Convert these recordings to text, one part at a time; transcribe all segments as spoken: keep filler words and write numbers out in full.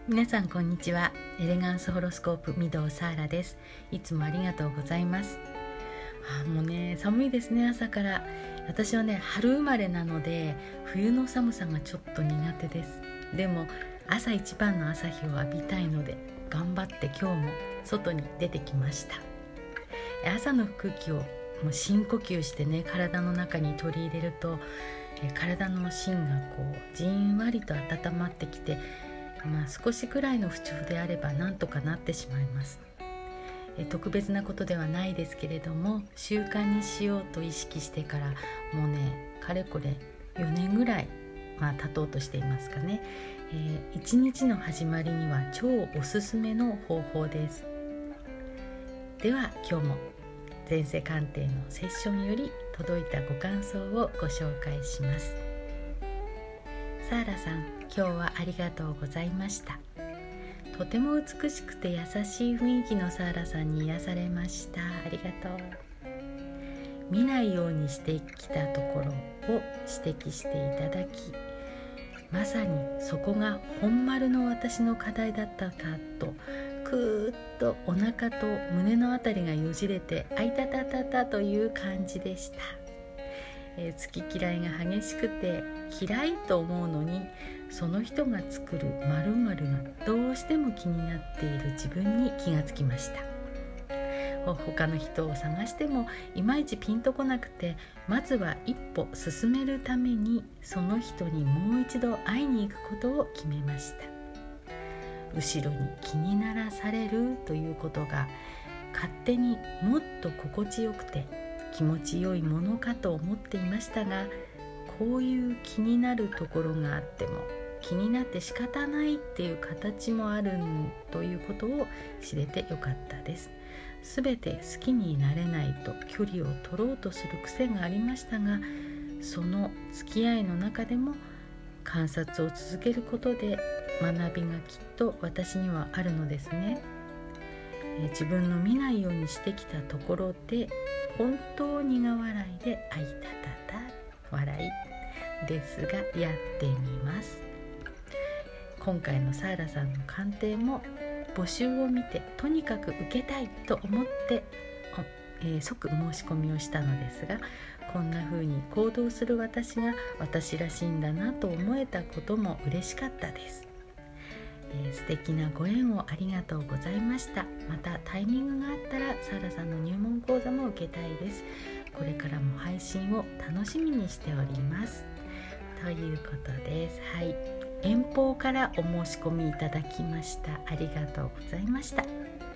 皆さんこんにちは。エレガンスホロスコープ御堂サーラです。いつもありがとうございます。あもうね寒いですね。朝から。私はね春生まれなので冬の寒さがちょっと苦手です。でも朝一番の朝日を浴びたいので頑張って今日も外に出てきました。朝の空気をもう深呼吸してね体の中に取り入れると体の芯がこうじんわりと温まってきて、まあ、少しくらいの不調であればなんとかなってしまいます。え特別なことではないですけれども、習慣にしようと意識してからもうねかれこれよねんぐらい、まあ、経とうとしていますかね。えー、いちにちの始まりには超おすすめの方法です。では今日も前世鑑定のセッションより届いたご感想をご紹介します。サーラさん、今日はありがとうございました。とても美しくて優しい雰囲気のサーラさんに癒されました。ありがとう。見ないようにしてきたところを指摘していただき、まさにそこが本丸の私の課題だったかとくーっとお腹と胸のあたりがよじれてあいたたたたという感じでした。えー、好き嫌いが激しくて嫌いと思うのにその人が作る〇〇がどうしても気になっている自分に気がつきました。他の人を探してもいまいちピンとこなくて、まずは一歩進めるためにその人にもう一度会いに行くことを決めました。後ろに気にならされるということが勝手にもっと心地よくて気持ちよいものかと思っていましたが、こういう気になるところがあっても気になって仕方ないっていう形もあるということを知れてよかったです。すべて好きになれないと距離を取ろうとする癖がありましたが、その付き合いの中でも観察を続けることで学びがきっと私にはあるのですね。え自分の見ないようにしてきたところで本当に苦笑いであいたたた笑いですがやってみます。今回のサーラさんの鑑定も募集を見てとにかく受けたいと思って、えー、即申し込みをしたのですが、こんな風に行動する私が私らしいんだなと思えたことも嬉しかったです。えー、素敵なご縁をありがとうございました。またタイミングがあったらサーラさんの入門講座も受けたいです。これからも配信を楽しみにしておりますということです。はい、遠方からお申し込みいただきました。ありがとうございました。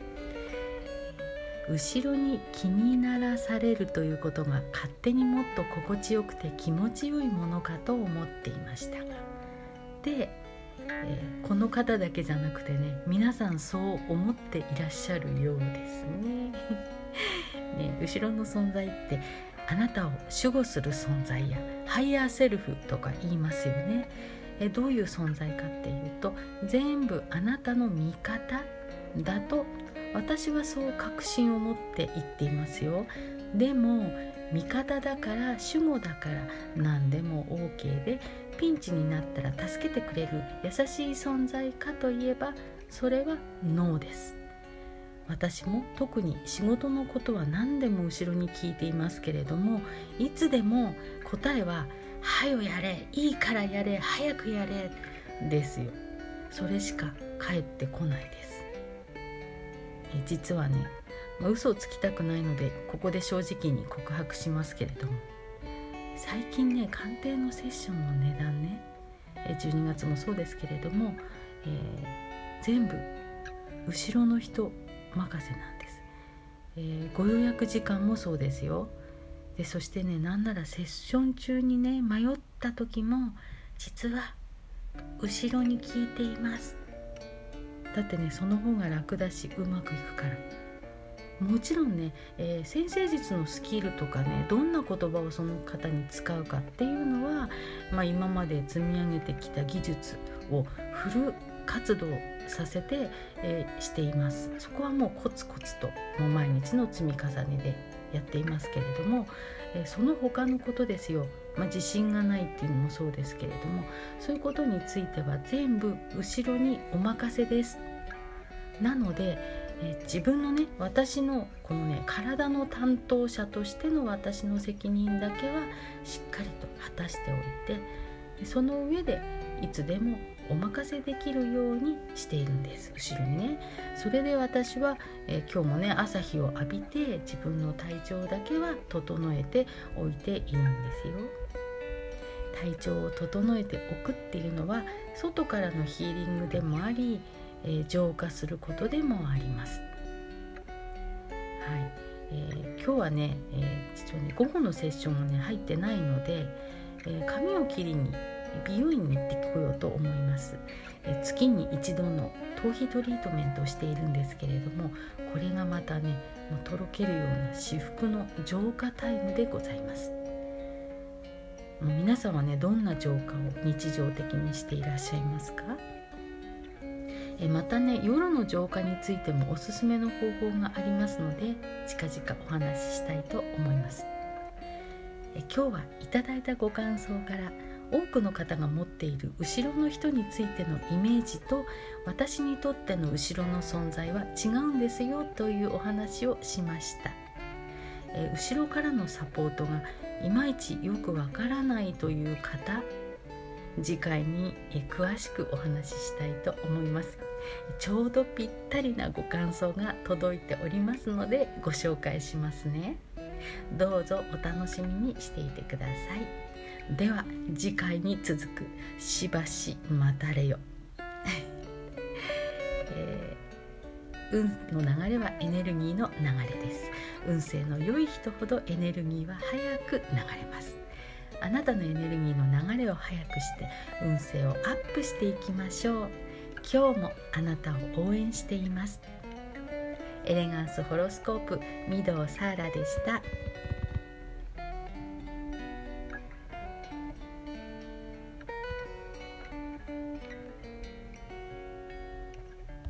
後ろに気にならされるということが勝手にもっと心地よくて気持ちよいものかと思っていましたが、で、えー、この方だけじゃなくてね、皆さんそう思っていらっしゃるようですね。ね、後ろの存在ってあなたを守護する存在やハイヤーセルフとか言いますよね。えどういう存在かっていうと、全部あなたの味方だと私はそう確信を持って言っていますよ。でも味方だから守護だから何でも OK で、ピンチになったら助けてくれる優しい存在かといえばそれはノーです。私も特に仕事のことは何でも後ろに聞いていますけれども、いつでも答えははよやれ、いいからやれ、早くやれですよ。それしか返ってこないです。え実はね、まあ、嘘をつきたくないのでここで正直に告白しますけれども、最近ね鑑定のセッションの値段ね、えじゅうにがつもそうですけれども、えー、全部後ろの人任せなんです。えー、ご予約時間もそうですよ。でそしてね、なんならセッション中にね迷った時も実は後ろに聞いています。だってねその方が楽だしうまくいくから。もちろんね、えー、先生術のスキルとかね、どんな言葉をその方に使うかっていうのは、まあ、今まで積み上げてきた技術をフル活動させて、えー、しています。そこはもうコツコツともう毎日の積み重ねでやっていますけれども、えー、その他のことですよ。 まあ、自信がないっていうのもそうですけれども、そういうことについては全部後ろにお任せです。なのでえ自分のね、私のこのね、体の担当者としての私の責任だけはしっかりと果たしておいて、その上でいつでもお任せできるようにしているんです、後ろにね。それで私は、えー、今日もね、朝日を浴びて自分の体調だけは整えておいているんですよ。体調を整えておくっていうのは外からのヒーリングでもあり、えー、浄化することでもあります。はい、えー、今日はね、えー、実はね午後のセッションもね入ってないので、えー、髪を切りに美容院に行ってこようと思います。えー、月に一度の頭皮トリートメントをしているんですけれども、これがまたね、もうとろけるような至福の浄化タイムでございます。もう皆さんはね、どんな浄化を日常的にしていらっしゃいますか？えまたね、夜の浄化についてもおすすめの方法がありますので、近々お話ししたいと思います。え今日はいただいたご感想から多くの方が持っている後ろの人についてのイメージと私にとっての後ろの存在は違うんですよというお話をしました。え後ろからのサポートがいまいちよくわからないという方、次回に詳しくお話ししたいと思います。ちょうどぴったりなご感想が届いておりますのでご紹介しますね。どうぞお楽しみにしていてください。では次回に続くしばし待たれよ、えー、運の流れはエネルギーの流れです。運勢の良い人ほどエネルギーは早く流れます。あなたのエネルギーの流れを早くして運勢をアップしていきましょう。今日もあなたを応援しています。エレガンスホロスコープ御堂サーラでした。